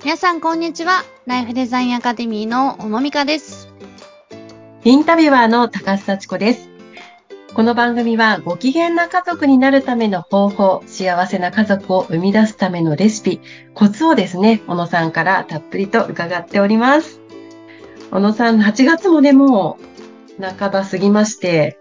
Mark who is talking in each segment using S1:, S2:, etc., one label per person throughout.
S1: 皆さんこんにちは。ライフデザインアカデミーの小野美香です。
S2: インタビュアーの高須幸子です。この番組はご機嫌な家族になるための方法、幸せな家族を生み出すためのレシピ、コツをですね、小野さんからたっぷりと伺っております。小野さん、8月もね、もう半ば過ぎまして、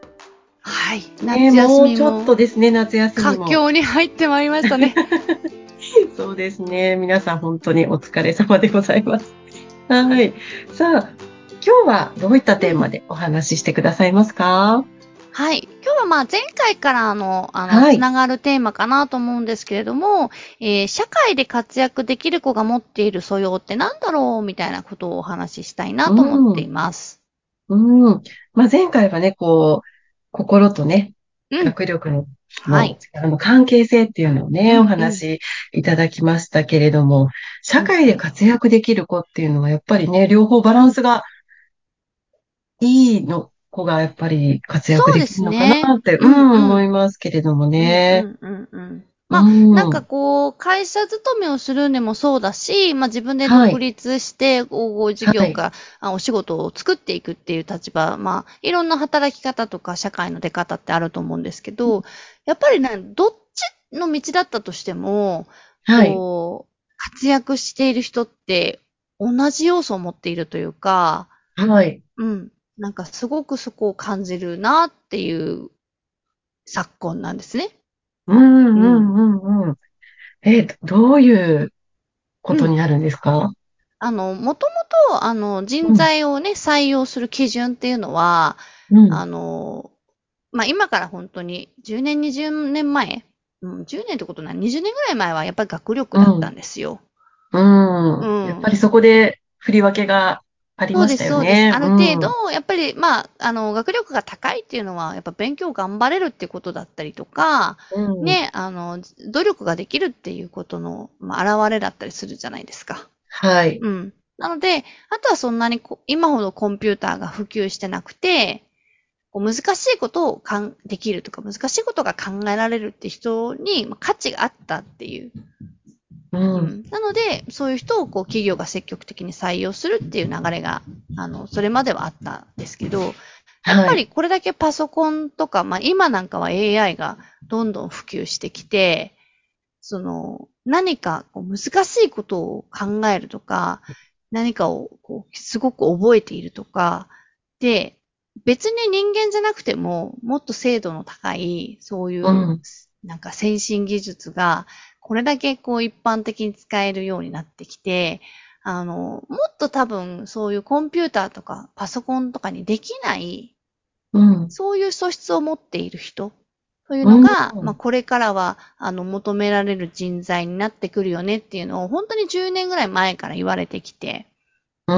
S1: はい。
S2: ね、
S1: 夏休
S2: もうちょっ
S1: みも
S2: とですね、夏休み
S1: 佳
S2: も。
S1: 境に入ってまいりましたね。
S2: そうですね、皆さん本当にお疲れ様でございます。はい。さあ、今日はどういったテーマでお話ししてくださいますか？
S1: はい。今日は前回から
S2: はい。
S1: つながるテーマかなと思うんですけれども、社会で活躍できる子が持っている素養って何だろうみたいなことをお話ししたいなと思ってい
S2: うん。
S1: ます。
S2: うん。前回はね、心とね、
S1: うん。
S2: 学力の
S1: はい。
S2: 力の関係性っていうのをね、お
S1: うんうん。
S2: 話しいただきましたけれども、社会で
S1: うんうん。
S2: 活躍できる子っていうのは、やっぱりね、両方バランスがいいの子がやっぱり活
S1: そうで
S2: 躍できるのかな
S1: すね。
S2: って、
S1: うんうん。
S2: 思いますけれども
S1: うんう
S2: ね。
S1: んうんうん。
S2: う
S1: なんか
S2: ん。
S1: 会社勤めをするのもそうだし、自分で独
S2: はい。
S1: 立して、事
S2: はい。
S1: 業か、お仕事を作っていくっていう立場、いろんな働き方とか社会の出方ってあると思うんですけど、やっぱりね、どっちの道だったとしても、
S2: はい。
S1: 活躍している人って同じ要素を持っているというか、
S2: はい。
S1: うん。なんかすごくそこを感じるなっていう昨今なんですね。
S2: うんう
S1: うん。
S2: んうんうん。どういうこ
S1: うん。
S2: とになるんですか？
S1: もともと、人
S2: うん。
S1: 材をね、採用する基準っていうのは、
S2: うん。
S1: あの、今から本当に10年、20年前、10年ってことない、20年ぐらい前はやっぱり学力だった
S2: うん。
S1: んですよ。
S2: うん。やっぱ
S1: うん。
S2: りそこで振り分けがありました
S1: そうです、そうです。
S2: よね。
S1: ある程
S2: うん。
S1: 度、やっぱり、学力が高いっていうのは、やっぱ勉強頑張れるっていうことだったりとか、
S2: うん。
S1: ね、努力ができるっていうことの、現れだったりするじゃないですか。
S2: はい。
S1: うん。なので、あとはそんなに今ほどコンピューターが普及してなくて、難しいことをできるとか、難しいことが考えられるって人に、価値があったっていう。
S2: うん。
S1: うん。なので、そういう人を企業が積極的に採用するっていう流れが、それまではあったんですけど、やっぱり
S2: はい。
S1: これだけパソコンとか、今なんかは AI がどんどん普及してきて、何か難しいことを考えるとか、何かをすごく覚えているとか、で、別に人間じゃなくても、もっと精度の高い、そうい
S2: う
S1: う、
S2: ん。
S1: なんか先進技術が、これだけ一般的に使えるようになってきて、もっと多分そういうコンピューターとかパソコンとかにできない
S2: うん。
S1: そういう素質を持っている人という
S2: うん。
S1: のが、これからは、求められる人材になってくるよねっていうのを、本当に10年ぐらい前から言われてきて、
S2: うん。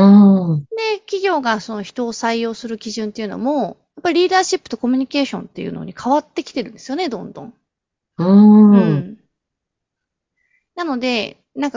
S1: で、企業がその人を採用する基準っていうのも、やっぱりリーダーシップとコミュニケーションっていうのに変わってきてるんですよね、どんどん。
S2: うん。
S1: うん。なので、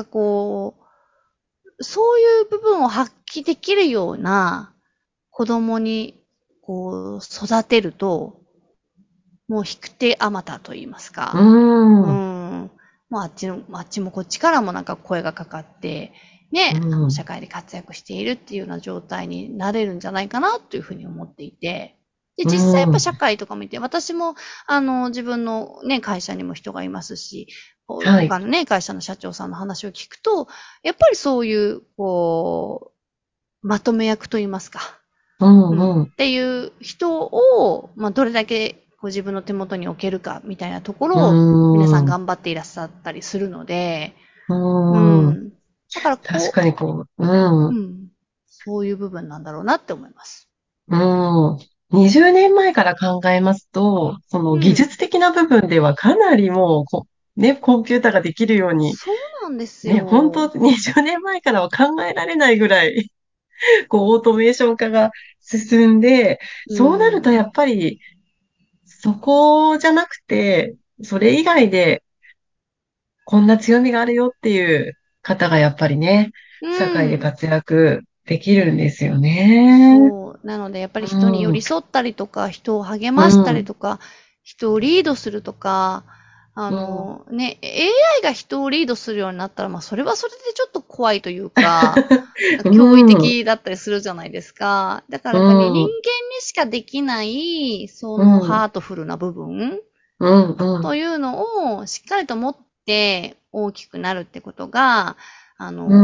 S1: そういう部分を発揮できるような子供に、育てると、もう引く手あまたと言います
S2: う
S1: か。う
S2: ん。
S1: ん。もうあっちもこっちからもなんか声がかかって、
S2: う
S1: ね、社
S2: ん。
S1: 会で活躍しているっていうような状態になれるんじゃないかなというふうに思っていて。で、
S2: う
S1: 実際やっぱ
S2: ん。
S1: 社会とか見て、私も、自分のね、会社にも人がいますし、
S2: はい。
S1: 他のね、会社の社長さんの話を聞くと、やっぱりそういう、まとめ役と言いますか。
S2: うん。
S1: うん。
S2: うん。
S1: っていう人を、どれだけ自分の手元に置けるかみたいなとこ
S2: う
S1: ろを皆さん
S2: ん。
S1: 頑張っていらっしゃったりするので、う
S2: うん。
S1: ん。だから
S2: 確かに
S1: うん。そういう部分なんだろうなって思います。
S2: うん。20年前から考えますと、その技
S1: うん。
S2: 術的な部分ではかなりもうね、コンピューターができるように、
S1: そうなんです
S2: ね、本当
S1: よ。
S2: 20年前からは考えられないぐらい、オートメーション化が進んで、
S1: う
S2: そうなるとや
S1: ん。
S2: っぱり、そこじゃなくて、それ以外でこんな強みがあるよっていう方がやっぱりね、
S1: う
S2: 社会で
S1: ん。
S2: 活躍できるんですよね。
S1: そう。なので、やっぱり人に寄
S2: うん、
S1: り添ったりとか、人を励
S2: う
S1: ましたり
S2: ん、
S1: とか、人をリードするとか、
S2: うん、
S1: AI が人をリードするようになったら、それはそれでちょっと怖いというか、驚異
S2: うん。
S1: 的だったりするじゃないですか。だからやっぱり人間にしかできない、そのハートフルな部分
S2: うん。うん。
S1: というのをしっかりと持って大きくなるってことが、
S2: うん。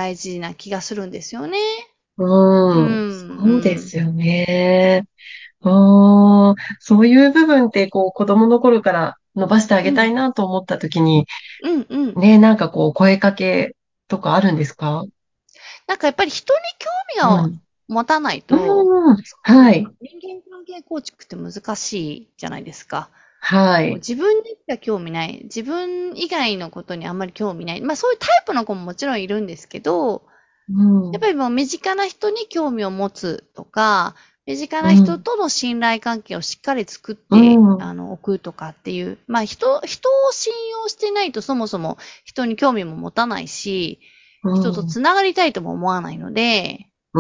S1: 大事な気がするんですよね。う
S2: うん。そうで
S1: ん、
S2: すよね。ああ、そういう部分ってこう子供の頃から伸ばしてあ
S1: うん、
S2: げたいなと思った時に、
S1: うん、うん。
S2: ね、なんかこう声かけとかあるんですか？
S1: なんかやっぱり人に興味を
S2: うん。
S1: 持たないと、
S2: うん。
S1: そもそも
S2: はい。
S1: 人間関係構築って難しいじゃないですか。
S2: はい。
S1: 自分にしか興味ない。自分以外のことにあんまり興味ない。まあそういうタイプの子ももちろんいるんですけど、
S2: うん。
S1: やっぱりもう身近な人に興味を持つとか、身近な人
S2: うん。
S1: との信頼関係をしっかり作っ
S2: う
S1: て、
S2: ん。
S1: 置くとかっていう。まあ人を信用してないとそもそも人に興味も持たないし、
S2: う
S1: 人と
S2: ん。
S1: つながりたいとも思わないので、
S2: うん。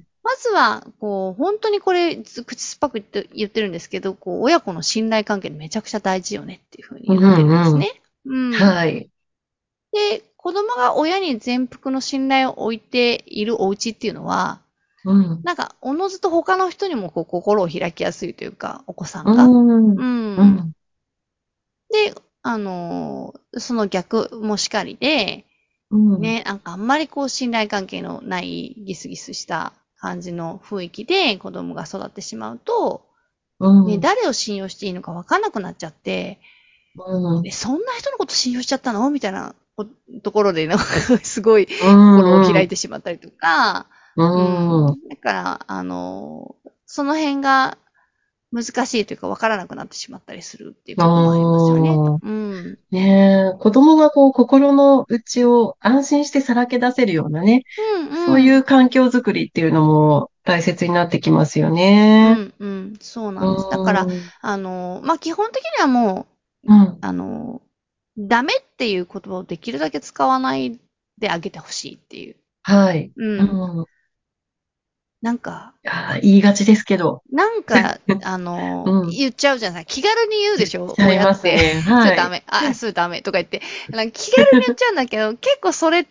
S1: まずは、こう、本当にこれ、口酸っぱく言ってるんですけど、こう、親子の信頼関係めちゃくちゃ大事よねっていうふうに
S2: う
S1: 言ってるんです
S2: ん。うん。
S1: ね。うん。
S2: はい。
S1: で、子供が親に全幅の信頼を置いているお家っていうのは、
S2: うん。
S1: なんか、おのずと他の人にもこう心を開きやすいというか、お子さん
S2: う
S1: が。
S2: ん。
S1: うん。
S2: うん。
S1: で、その逆もしかりで、
S2: うん。
S1: ね、なんかあんまりこう信頼関係のないギスギスした感じの雰囲気で子供が育ってしまうと、ね、
S2: うん。
S1: 誰を信用していいのか分かんなくなっちゃって、
S2: うん。
S1: そんな人のこと信用しちゃったのみたいなところで、すごい
S2: うん。うん。
S1: 心を開いてしまったりとか、
S2: う
S1: うん。
S2: ん。
S1: だから、その辺が難しいというか分からなくなってしまったりするっていうこともありますよね。
S2: ああ。
S1: うん。
S2: ねえ、子供がこう心の内を安心してさらけ出せるようなね、
S1: うん
S2: そう
S1: うん。
S2: いう環境づくりっていうのも大切になってきますよね。
S1: うんうん。そう
S2: う
S1: なんです。だから、
S2: ーん。
S1: まあ、基本的にはもう、
S2: うん。
S1: ダメっていう言葉をできるだけ使わないであげてほしいっていう。
S2: はい。
S1: うん。
S2: うん。
S1: なんか、
S2: 言いがちですけど。うん。
S1: 言っちゃうじゃないですか。気軽に言うで
S2: 言っ
S1: しょ
S2: ちゃい
S1: 親って。
S2: ますね。
S1: それ
S2: はい。
S1: ダメ。あ、それダメ。とか言って。なんか気軽に言っちゃうんだけど、結構それって、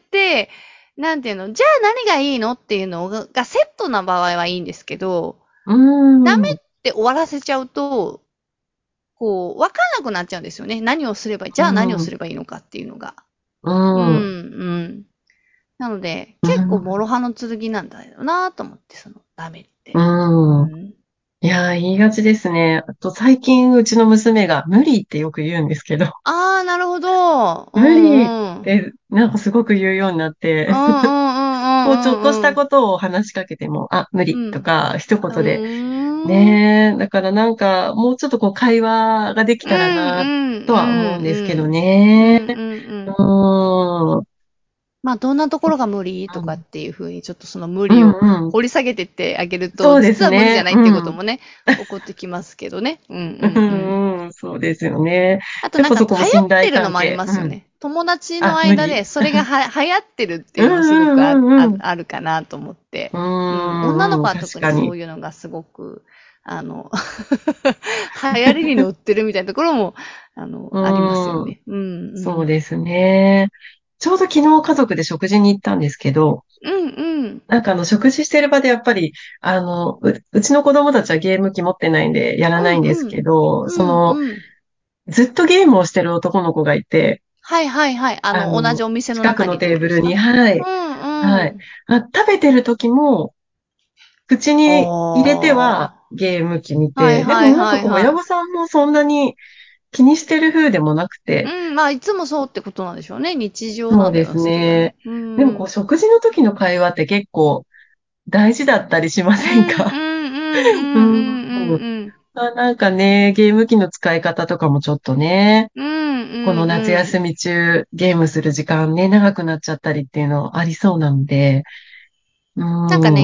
S1: なんていうの、じゃあ何がいいのっていうのがセットな場合はいいんですけど、
S2: うー
S1: ダメ
S2: ん。
S1: って終わらせちゃうと、こう、わかんなくなっちゃうんですよね。何をすればいい、じ
S2: う
S1: ゃあ何をす
S2: ん。
S1: ればいいのかっていうのが。
S2: う
S1: うん、
S2: ん。
S1: うん。なので、
S2: う
S1: 結構諸
S2: ん。
S1: 刃の剣なんだよなと思って、その、ダメっ
S2: う
S1: て。う
S2: ん。
S1: ん。
S2: いや言いがちですね。あと最近うちの娘が無理ってよく言うんですけど、
S1: ああ、なるほど。う
S2: 無理っ
S1: んうん。
S2: てなんかすごく言うようになって、
S1: うんうん
S2: こうちょっとした
S1: うんうん
S2: ことを話しかけても、あ、無理と
S1: うん。
S2: か一
S1: うん。
S2: 言で。
S1: うーん。
S2: ねえ、だからなんかもうちょっとこう会話ができ
S1: うん
S2: たらな
S1: うん
S2: とは思うんですけど
S1: うんうん。
S2: ね。
S1: うんうんう
S2: う
S1: ん。
S2: ーん。
S1: まあ、どんなところが無理とかっ
S2: うん。
S1: ていうふうに、ちょっとその無
S2: う
S1: 理を
S2: んうん。
S1: 掘り下げてってあげると、
S2: そうで
S1: 実は無理じゃ
S2: すね。
S1: ないっていうこと
S2: うん。
S1: もね、起こってきますけどね。うんうん
S2: う
S1: うん。
S2: んうん、そうですよね。
S1: あとなんか、
S2: じゃあこそこ
S1: 流行
S2: の信頼
S1: ってるのもあり
S2: 関係。うん。
S1: ますよね。友達の
S2: あ、無
S1: 間で、
S2: 理。
S1: それが流行ってるって
S2: うん
S1: いうのもすごく
S2: うんうん
S1: あるかなと思って。
S2: う
S1: うん。
S2: ん。うんうん、
S1: 女の子は特にそ
S2: 確かに。
S1: ういうのがすごく、あの、流行りに乗ってるみたいなところも、ありますよ
S2: うん。
S1: ね。うんうん。
S2: そうですね。ちょうど昨日家族で食事に行ったんですけど、
S1: うんうん。
S2: なんか食事してる場でやっぱり、うちの子供たちはゲーム機持ってないんでやらないんです
S1: うんうん。
S2: けど、
S1: うんうん。
S2: ずっとゲームをしてる男の子がいて、
S1: はいはいはい。同じお店の
S2: 近くの
S1: 中にってことですか？
S2: テーブルに、はい。
S1: うん
S2: はい。
S1: うん。
S2: 食べてる時も、口
S1: あ
S2: に入れては
S1: あ。
S2: ゲーム機見
S1: はい
S2: て、でも
S1: はい
S2: なんかこう、親
S1: はいはい。
S2: 御さんもそんなに気にしてる風でもなくて、
S1: うん、まあ、いつもそうってことなんでしょうね。日常
S2: そうです
S1: なんだよな、それが
S2: ね。
S1: ね。う
S2: でもこう、
S1: ん。
S2: 食事の時の会話って結構大事だったりしま
S1: うん、
S2: せんか？
S1: うん、うん、うん、
S2: う
S1: うん、
S2: ん。
S1: うん、
S2: なんかね、ゲーム機の使い方とかもちょっとね、
S1: うん、うん、
S2: この夏
S1: うん。
S2: 休み中ゲームする時間ね、長くなっちゃったりっていうのありそうなんで、うん、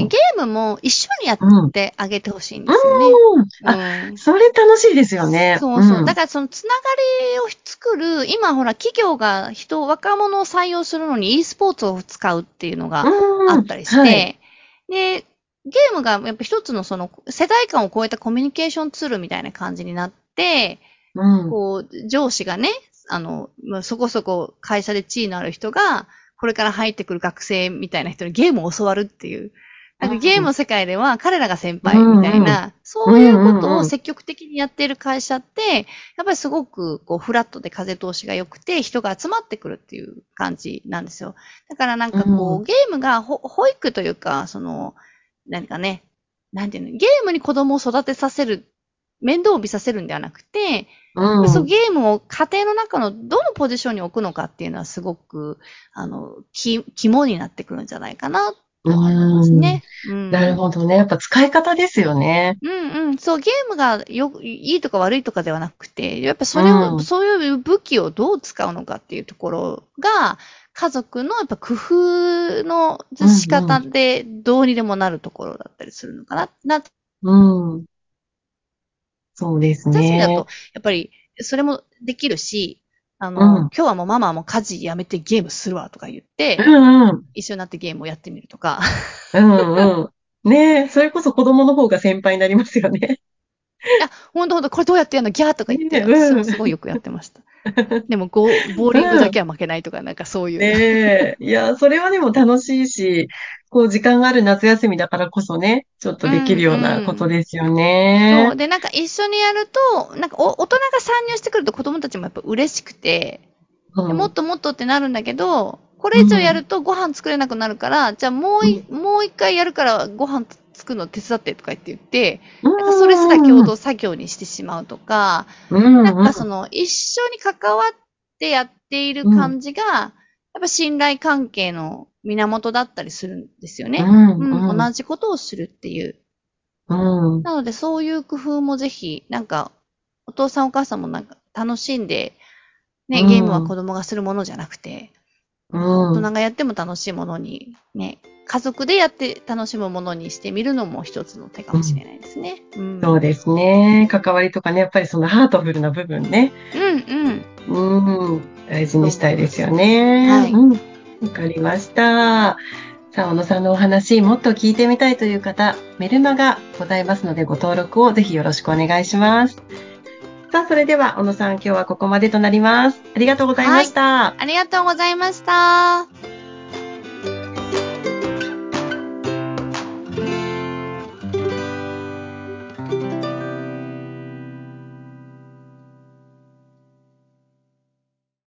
S1: なんかね、
S2: うん、
S1: ゲームも一緒にやっ
S2: うん。
S1: てあげてほしいんですよね。う
S2: あ、
S1: ん。
S2: それ楽しいですよね。
S1: そうそう。だ
S2: うん。
S1: からそのつながりを作る、今ほら企業が若者を採用するのに e スポーツを使うっていうのがあ
S2: うん。
S1: ったりし
S2: はい。
S1: て、で、ゲームがやっぱ一つのその世代間を超えたコミュニケーションツールみたいな感じになって、
S2: うん。
S1: こう、上司がね、そこそこ会社で地位のある人が、 これから入ってくる学生みたいな人にゲームを教わるっていう。なんかゲームの世界では彼らが先輩みたいな、そういうことを積極的にやっている会社って、やっぱりすごくこうフラットで風通しが良くて人が集まってくるっていう感じなんですよ。だからなんかこう、ゲームが保育というか、何かね、なんていうの、ゲームに子供を育てさせる、面倒を見させるんではなくて、そうゲームを家庭の中のどのポジションに置くのかっていうのはすごく、肝になってくるんじゃないかなとは思いますね。
S2: なるほどね。やっぱ使い方ですよね。
S1: そう、ゲームがいいとか悪いとかではなくて、やっぱそれを、そういう武器をどう使うのかっていうところが、家族のやっぱ工夫の仕方でどうにでもなるところだったりするのかな。
S2: そうです
S1: そういう意味だ
S2: ね。
S1: と、やっぱり、それもできるし、今日はもうママはもう家事やめてゲームするわとか言って、一緒になってゲームをやってみるとか。
S2: ねえ、それこそ子供の方が先輩になりますよね。
S1: いや、ほんと、これどうやってやるのギャーとか言って、私もすごいよくやってました。でも、ボーリングだけは負けないとか、なんかそういう。
S2: ねえ。いや、それはでも楽しいし、こう、時間がある夏休みだからこそね、ちょっとできるようなことですよね。
S1: そう。で、なんか一緒にやると、なんか大人が参入してくると子供たちもやっぱ嬉しくて、でもっともっとってなるんだけど、これ以上やるとご飯作れなくなるから、じゃあもう一回やるからご飯作るの手伝ってとか言って、なんかそれすら共同作業にしてしまうとか、なんか一緒に関わってやっている感じが、やっぱ信頼関係の源だったりするんですよね。同じことをするっていう。なのでそういう工夫もぜひ、なんか、お父さんお母さんもなんか楽しんで、ね、ゲームは子供がするものじゃなくて、大人がやっても楽しいものに、ね、家族でやって楽しむものにしてみるのも一つの手かもしれないですね。
S2: そうですね。関わりとかね、やっぱりそのハートフルな部分ね。大事にしたいですよね。わかりました。さあ、小野さんのお話、もっと聞いてみたいという方、メルマガございますので、ご登録をぜひよろしくお願いします。さあ、それでは、小野さん、今日はここまでとなります。ありがとうございました。
S1: ありがとうございました。